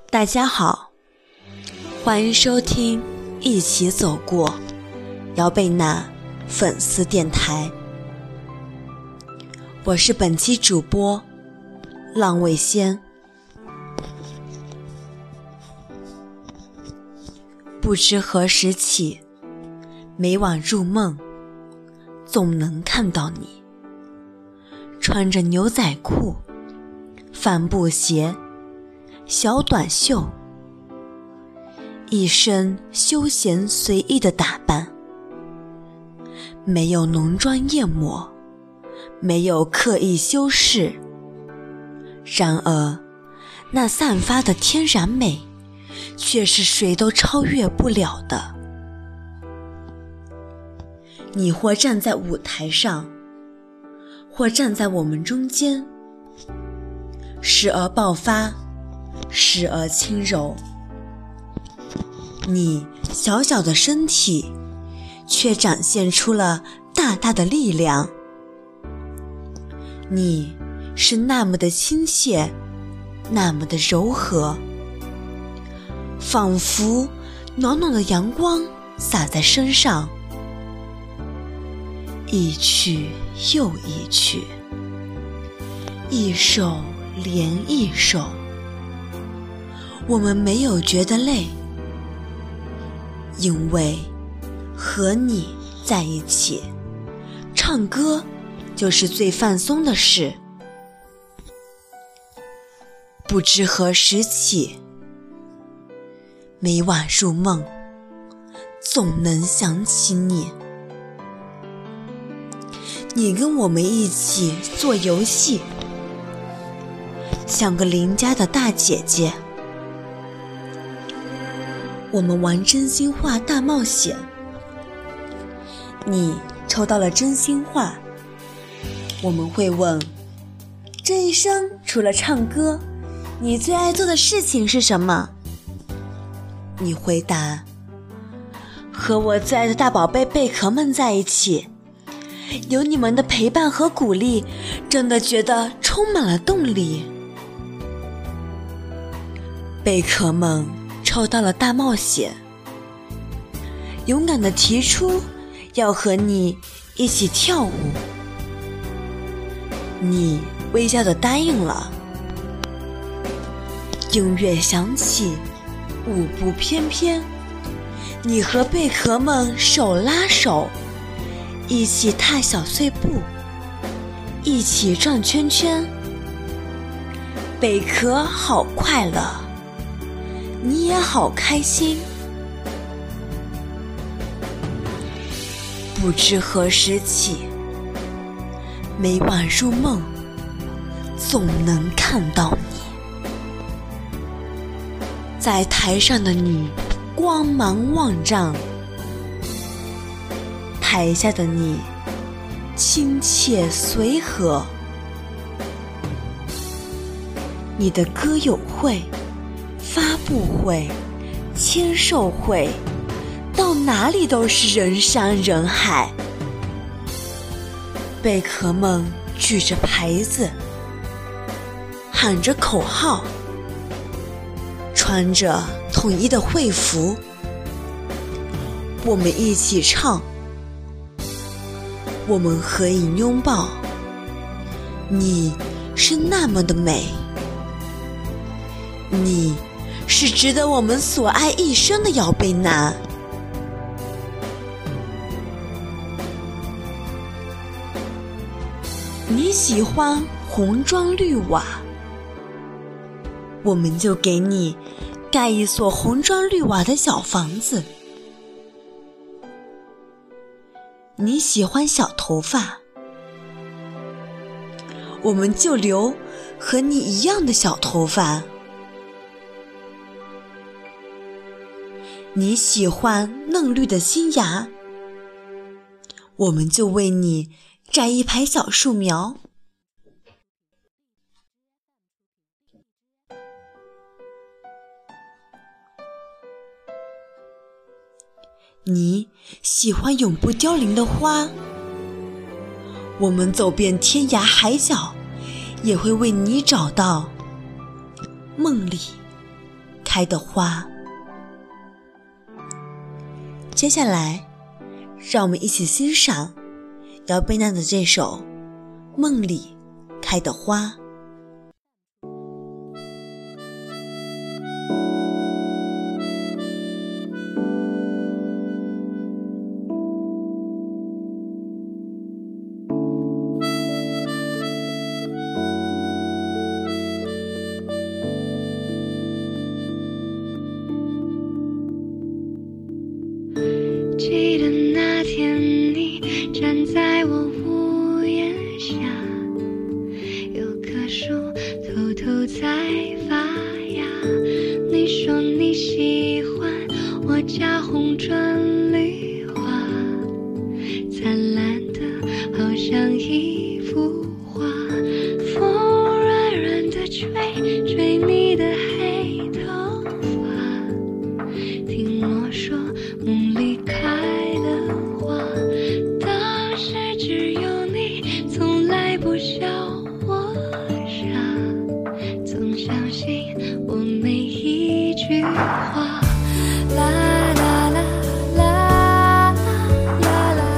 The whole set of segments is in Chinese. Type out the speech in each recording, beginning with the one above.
大家好，欢迎收听一起走过姚贝娜粉丝电台，我是本期主播浪味仙。不知何时起，每晚入梦总能看到你，穿着牛仔裤、帆布鞋、小短袖，一身休闲随意的打扮，没有浓妆艳抹，没有刻意修饰，然而那散发的天然美却是谁都超越不了的。你或站在舞台上，或站在我们中间，时而爆发，时而轻柔。你小小的身体却展现出了大大的力量。你是那么的亲切，那么的柔和，仿佛暖暖的阳光洒在身上，一曲又一曲，一首连一首，我们没有觉得累，因为和你在一起，唱歌就是最放松的事。不知何时起，每晚入梦总能想起你。你跟我们一起做游戏，像个邻家的大姐姐。我们玩真心话大冒险，你抽到了真心话，我们会问，这一生除了唱歌，你最爱做的事情是什么？你回答，和我最爱的大宝贝贝壳们在一起，有你们的陪伴和鼓励，真的觉得充满了动力。贝壳们抽到了大冒险，勇敢地提出要和你一起跳舞，你微笑地答应了。音乐响起，舞步翩翩，你和贝壳们手拉手，一起踏小碎步，一起转圈圈。贝壳好快乐，你也好开心。不知何时起，每晚入梦总能看到你。在台上的你光芒万丈，台下的你亲切随和。你的歌友会、发布会、签售会，到哪里都是人山人海。贝壳们举着牌子，喊着口号，穿着统一的会服，我们一起唱，我们合影拥抱。你是那么的美，你是值得我们所爱一生的姚贝娜。你喜欢红砖绿瓦，我们就给你盖一所红砖绿瓦的小房子。你喜欢小头发，我们就留和你一样的小头发。你喜欢嫩绿的新芽，我们就为你摘一排小树苗。你喜欢永不凋零的花，我们走遍天涯海角，也会为你找到梦里开的花。接下来，让我们一起欣赏姚贝娜的这首《梦里开的花》。 记得那天你站在我屋檐下，有棵树偷偷在发芽。你说你喜欢我家红砖绿化，灿烂的好像一幅画。风软软的吹，吹你的黑头发。听我说，梦里开了花，当时只有你，从来不笑我傻，总相信我每一句话。啦啦啦啦啦啦啦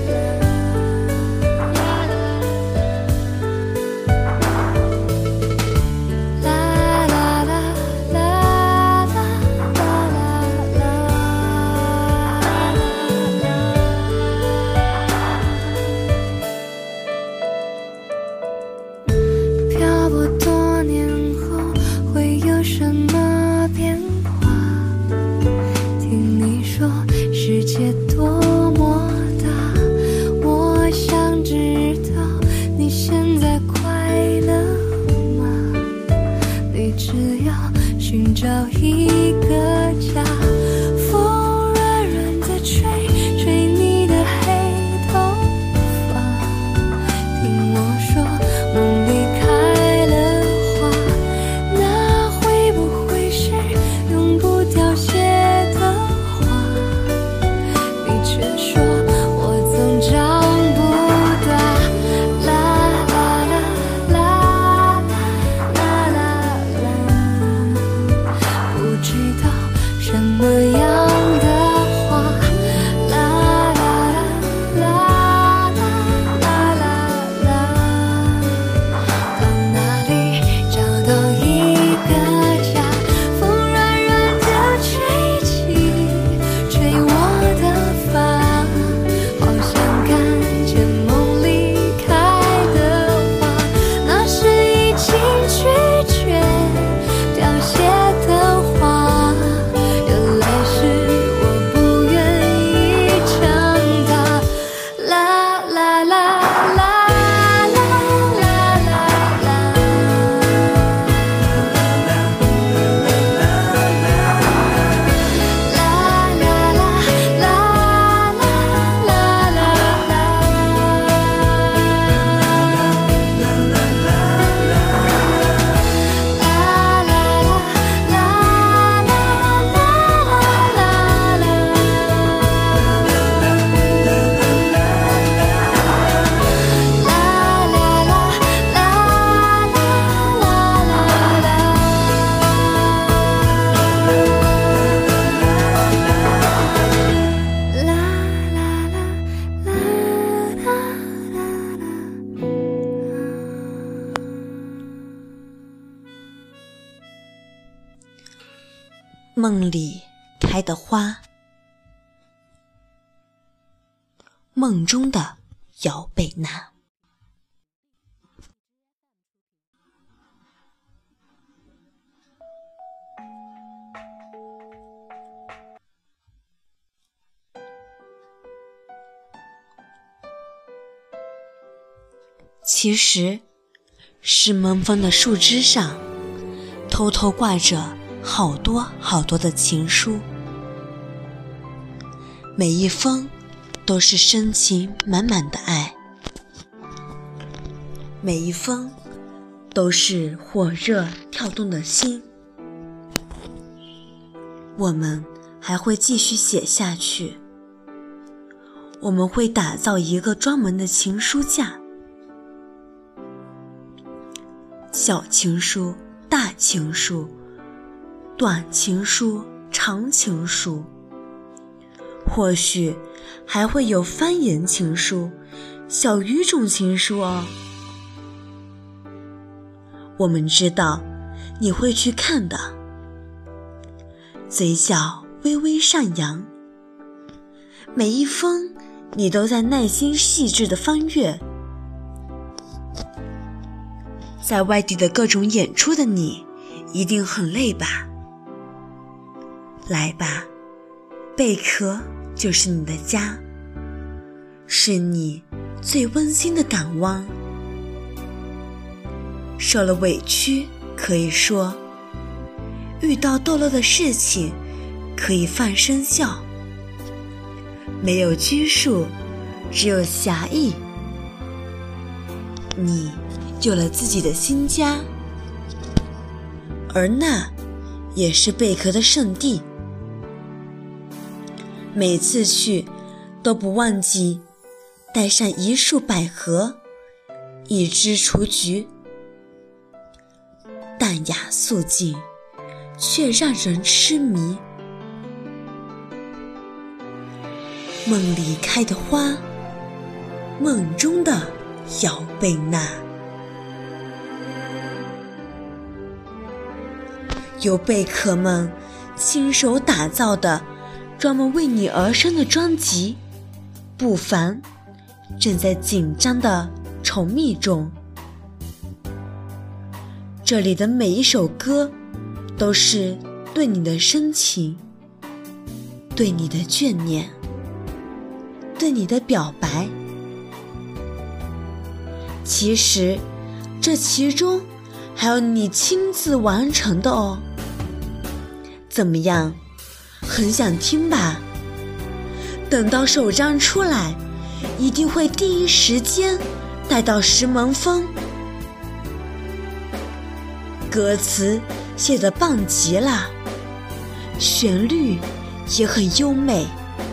漂泊多年后会有什么变化？听你说世界多么大，我想知道你现在快乐吗？你只要寻找一个家，风软软的吹，吹你的黑头发。听我说，梦里开了花，那会不会是永不凋谢的花？你却说我总长不大。啦啦啦啦啦啦啦，不知道什么样的花。啦啦啦啦啦啦啦，到哪里找到一个家？风软软的吹起，吹我的发，好像看见梦里开的花。那是已经拒绝凋谢的花，原来是我不愿意长大。啦啦啦啦啦啦啦啦。 梦里开的花，梦中的姚贝娜。其实是蒙风的树枝上偷偷挂着好多好多的情书，每一封都是深情满满的爱，每一封都是火热跳动的心。我们还会继续写下去，我们会打造一个专门的情书架，小情书、大情书、 短情书、长情书，或许还会有方言情书、小语种情书哦。我们知道你会去看的，嘴角微微上扬，每一封你都在耐心细致地翻阅。在外地的各种演出的你，一定很累吧？来吧，贝壳就是你的家，是你最温馨的港湾。受了委屈可以说，遇到逗乐的事情可以放声笑，没有拘束，只有侠义。你有了自己的新家，而那也是贝壳的圣地。每次去都不忘记带上一束百合，一支雏菊，淡雅素净，却让人痴迷。梦里开的花，梦中的姚贝娜。由贝壳们亲手打造的专门为你而生的专辑不凡正在紧张的稠密中，这里的每一首歌都是对你的深情，对你的眷念，对你的表白。其实这其中还有你亲自完成的哦。怎么样，很想听吧？等到首张出来，一定会第一时间带到石门峰。歌词写得棒极了，旋律也很优美。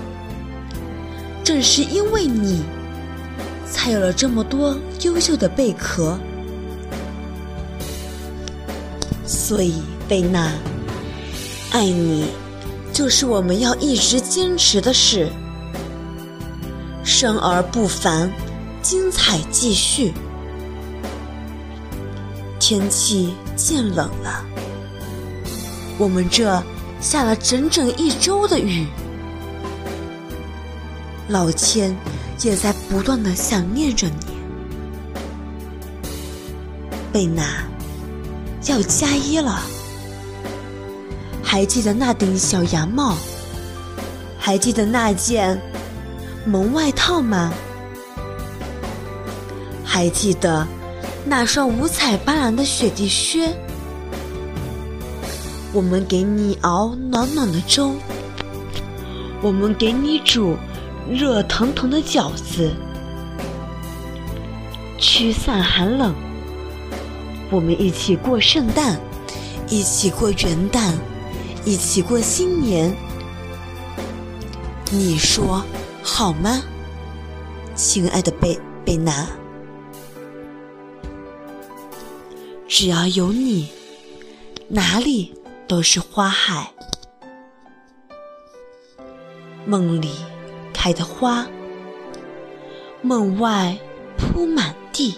正是因为你，才有了这么多优秀的贝壳。所以贝娜，爱你就是我们要一直坚持的事。生而不凡，精彩继续。天气渐冷了，我们这下了整整1周的雨，老千也在不断地想念着你。贝娜，要加衣了。还记得那顶小羊帽？还记得那件蒙外套吗？还记得那双五彩斑斓的雪地靴？我们给你熬暖暖的粥，我们给你煮热腾腾的饺子，驱散寒冷。我们一起过圣诞，一起过元旦，一起过新年。你说好吗，亲爱的贝娜？只要有你，哪里都是花海。梦里开的花，梦外铺满地。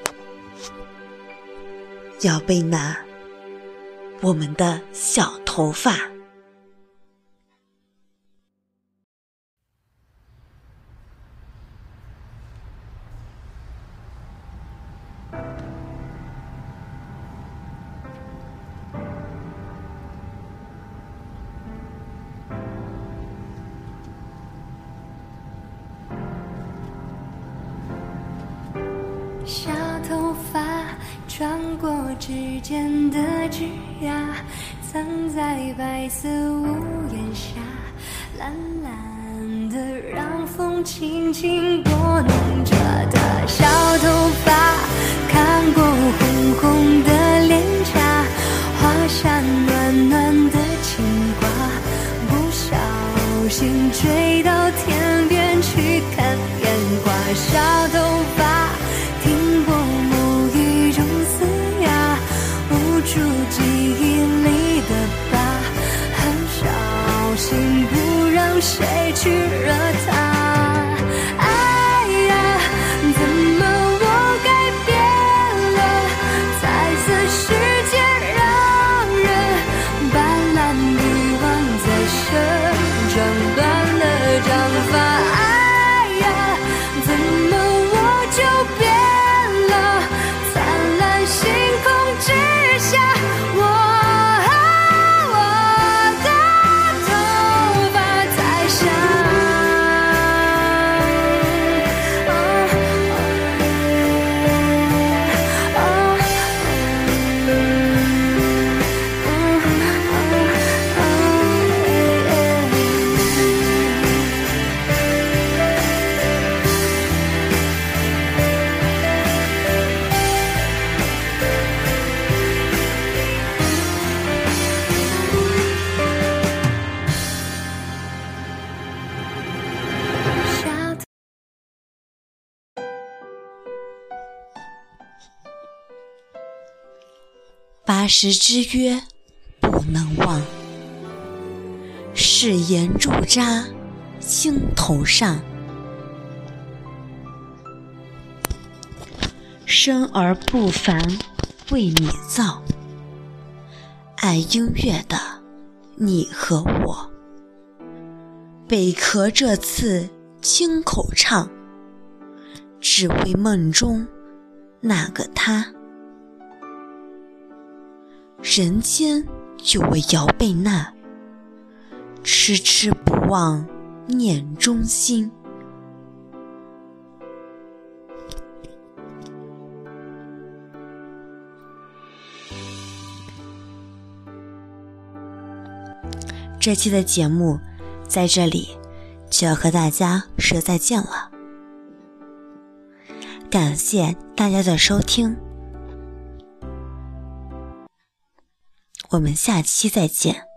姚贝娜，我们的小头发。 小头发穿过指尖的指甲，藏在白色屋檐下，蓝蓝的让风轻轻拨弄着它。小头发看过红红的脸颊，画下暖暖的牵挂，不小心追到天边去看烟花。小头发听过某一种嘶哑，捂住记忆里的疤， 谁去惹他？爱呀，怎么我改变了？彩色世界让人斑斓遗忘在身上，断了章发。爱呀，怎么我就变了？灿烂星空之下，我的头发在响。 80之约不能忘，誓言驻扎心头上。生而不凡为你造，爱音乐的你和我，贝壳这次亲口唱，只为梦中那个他。人间就为姚贝娜，痴痴不忘念中心。这期的节目在这里就要和大家说再见了，感谢大家的收听，我们下期再见。